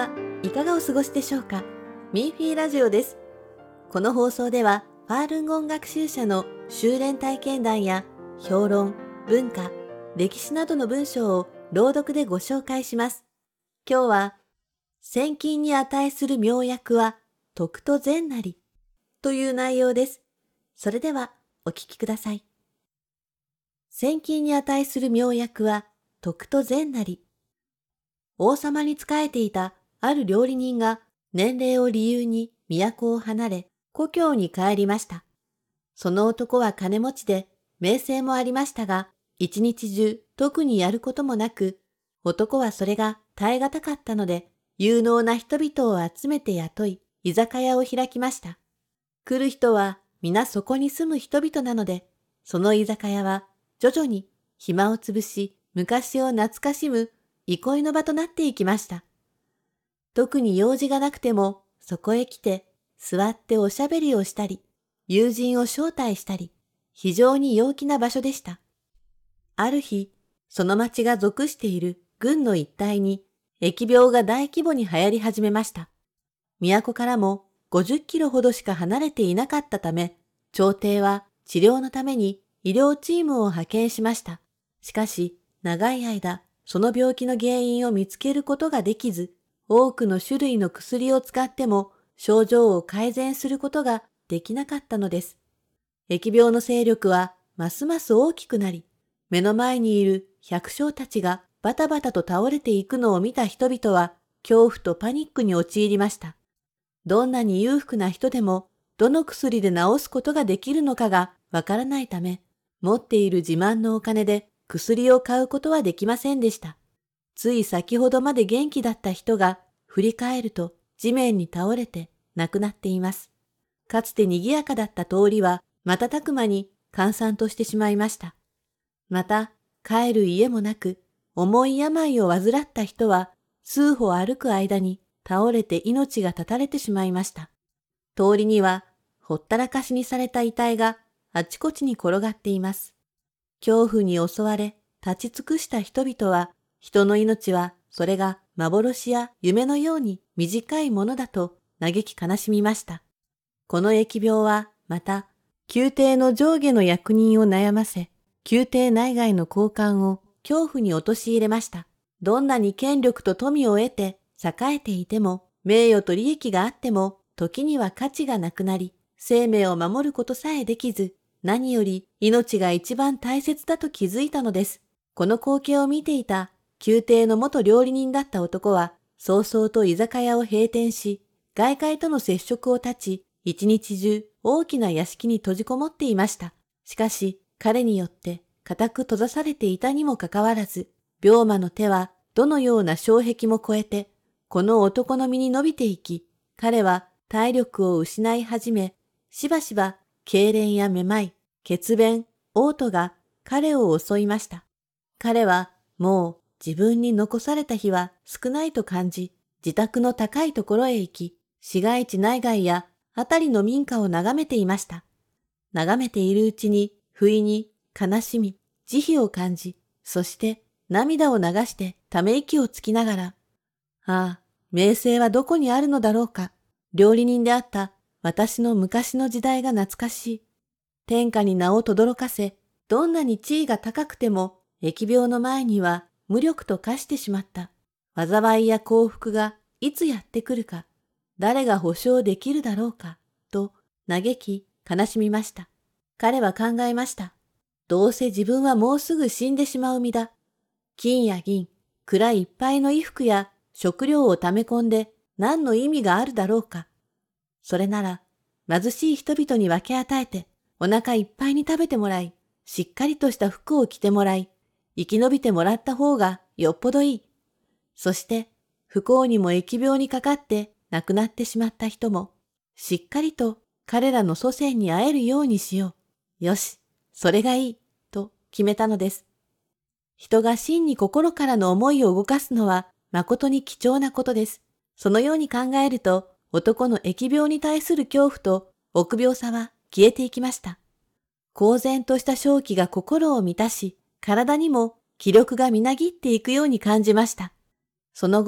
はいかがお過ごしでしょうか。ミーフィーラジオです。この放送ではファールンゴン学習者の修練体験談や評論、文化、歴史などの文章を朗読でご紹介します。今日は千金に値する妙薬は徳と善なりという内容です。それではお聞きください。千金に値する妙薬は徳と善なり。王様に仕えていたある料理人が年齢を理由に都を離れ故郷に帰りました。その男は金持ちで名声もありましたが、一日中特にやることもなく、男はそれが耐え難かったので、有能な人々を集めて雇い、居酒屋を開きました。来る人は皆そこに住む人々なので、その居酒屋は徐々に暇をつぶし、昔を懐かしむ憩いの場となっていきました。特に用事がなくても、そこへ来て座っておしゃべりをしたり、友人を招待したり、非常に陽気な場所でした。ある日、その町が属している郡の一帯に、疫病が大規模に流行り始めました。都からも50キロほどしか離れていなかったため、朝廷は治療のために医療チームを派遣しました。しかし、長い間、その病気の原因を見つけることができず、多くの種類の薬を使っても症状を改善することができなかったのです。疫病の勢力はますます大きくなり、目の前にいる百姓たちがバタバタと倒れていくのを見た人々は恐怖とパニックに陥りました。どんなに裕福な人でもどの薬で治すことができるのかがわからないため、持っている自慢のお金で薬を買うことはできませんでした。つい先ほどまで元気だった人が振り返ると地面に倒れて亡くなっています。かつて賑やかだった通りは瞬く間に閑散としてしまいました。また、帰る家もなく、重い病を患った人は数歩歩く間に倒れて命が絶たれてしまいました。通りにはほったらかしにされた遺体があちこちに転がっています。恐怖に襲われ立ち尽くした人々は、人の命はそれが幻や夢のように短いものだと嘆き悲しみました。この疫病はまた、宮廷の上下の役人を悩ませ、宮廷内外の高官を恐怖に陥れました。どんなに権力と富を得て栄えていても、名誉と利益があっても、時には価値がなくなり、生命を守ることさえできず、何より命が一番大切だと気づいたのです。この光景を見ていた宮廷の元料理人だった男は、早々と居酒屋を閉店し、外界との接触を断ち、一日中大きな屋敷に閉じこもっていました。しかし、彼によって固く閉ざされていたにもかかわらず、病魔の手はどのような障壁も越えて、この男の身に伸びていき、彼は体力を失い始め、しばしば痙攣やめまい、血便、嘔吐が彼を襲いました。彼はもう自分に残された日は少ないと感じ、自宅の高いところへ行き、市街地内外や辺りの民家を眺めていました。眺めているうちに、不意に悲しみ、慈悲を感じ、そして涙を流してため息をつきながら、ああ、名声はどこにあるのだろうか。料理人であった私の昔の時代が懐かしい。天下に名を轟かせ、どんなに地位が高くても、疫病の前には無力と化してしまった。災いや幸福がいつやってくるか、誰が保証できるだろうか、と嘆き悲しみました。彼は考えました。どうせ自分はもうすぐ死んでしまう身だ。金や銀、蔵いっぱいの衣服や食料を溜め込んで何の意味があるだろうか。それなら、貧しい人々に分け与えて、お腹いっぱいに食べてもらい、しっかりとした服を着てもらい、生き延びてもらった方がよっぽどいい。そして、不幸にも疫病にかかって亡くなってしまった人も、しっかりと彼らの祖先に会えるようにしよう。よし、それがいい、と決めたのです。人が真に心からの思いを動かすのは誠に貴重なことです。そのように考えると、男の疫病に対する恐怖と臆病さは消えていきました。公然とした正気が心を満たし、体にも気力がみなぎっていくように感じました。その後、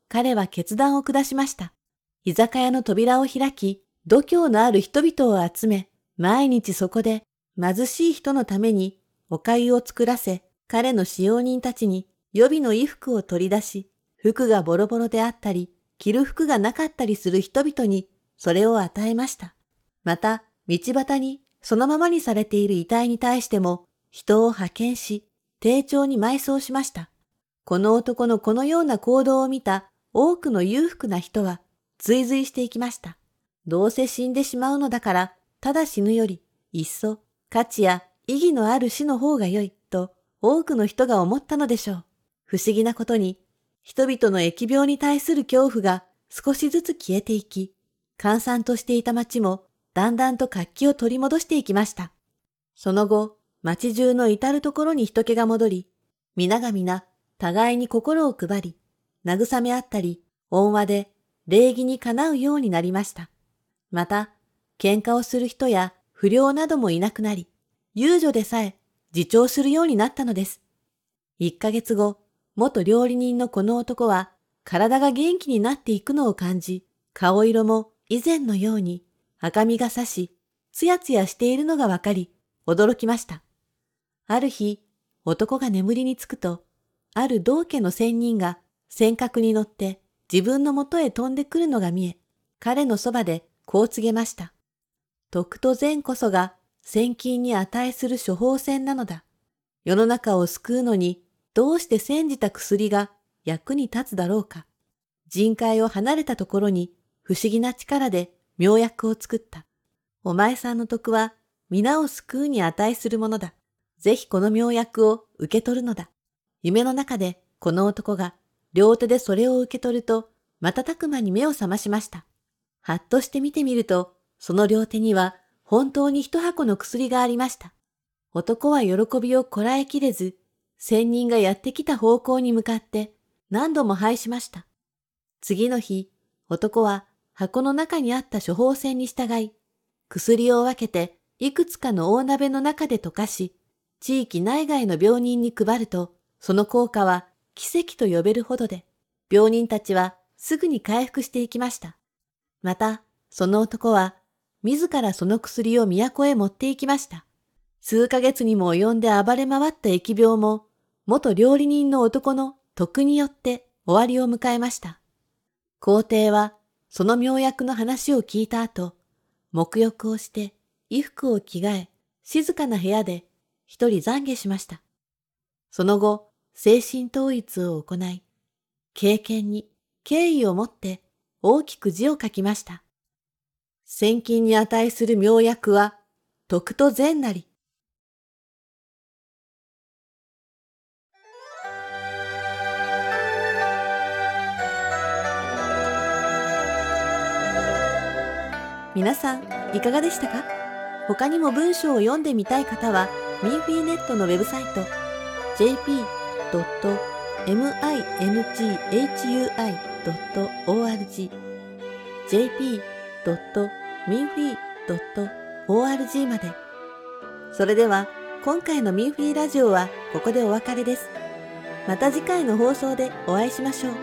彼は決断を下しました。居酒屋の扉を開き、度胸のある人々を集め、毎日そこで貧しい人のためにお粥を作らせ、彼の使用人たちに予備の衣服を取り出し、服がボロボロであったり、着る服がなかったりする人々にそれを与えました。また、道端にそのままにされている遺体に対しても人を派遣し、丁重に埋葬しました。この男のこのような行動を見た多くの裕福な人は追随していきました。どうせ死んでしまうのだから、ただ死ぬより、いっそ価値や意義のある死の方が良いと多くの人が思ったのでしょう。不思議なことに、人々の疫病に対する恐怖が少しずつ消えていき、閑散としていた町もだんだんと活気を取り戻していきました。その後、町中の至るところに人気が戻り、皆が皆、互いに心を配り、慰め合ったり、恩和で礼儀にかなうようになりました。また、喧嘩をする人や不良などもいなくなり、遊女でさえ自重するようになったのです。1ヶ月後、元料理人のこの男は、体が元気になっていくのを感じ、顔色も以前のように赤みが差し、つやつやしているのがわかり、驚きました。ある日、男が眠りにつくと、ある道家の仙人が尖閣に乗って自分のもとへ飛んでくるのが見え、彼のそばでこう告げました。徳と善こそが千金に値する処方箋なのだ。世の中を救うのにどうして煎じた薬が役に立つだろうか。人海を離れたところに不思議な力で妙薬を作った。お前さんの徳は皆を救うに値するものだ。ぜひこの妙薬を受け取るのだ。夢の中でこの男が両手でそれを受け取ると瞬く間に目を覚ましました。はっとして見てみると、その両手には本当に一箱の薬がありました。男は喜びをこらえきれず、仙人がやってきた方向に向かって何度も拝しました。次の日、男は箱の中にあった処方箋に従い、薬を分けていくつかの大鍋の中で溶かし、地域内外の病人に配ると、その効果は奇跡と呼べるほどで、病人たちはすぐに回復していきました。また、その男は、自らその薬を都へ持って行きました。数ヶ月にも及んで暴れ回った疫病も、元料理人の男の徳によって終わりを迎えました。皇帝は、その妙薬の話を聞いた後、沐浴をして衣服を着替え、静かな部屋で一人懺悔しました。その後、精神統一を行い、敬虔に敬意を持って大きく字を書きました。千金に値する妙薬は、徳と善なり。皆さん、いかがでしたか？他にも文章を読んでみたい方は、ミンフィーネットのウェブサイト、jp.minghui.org jp.minfy.org まで。それでは、今回のミンフィーラジオはここでお別れです。また次回の放送でお会いしましょう。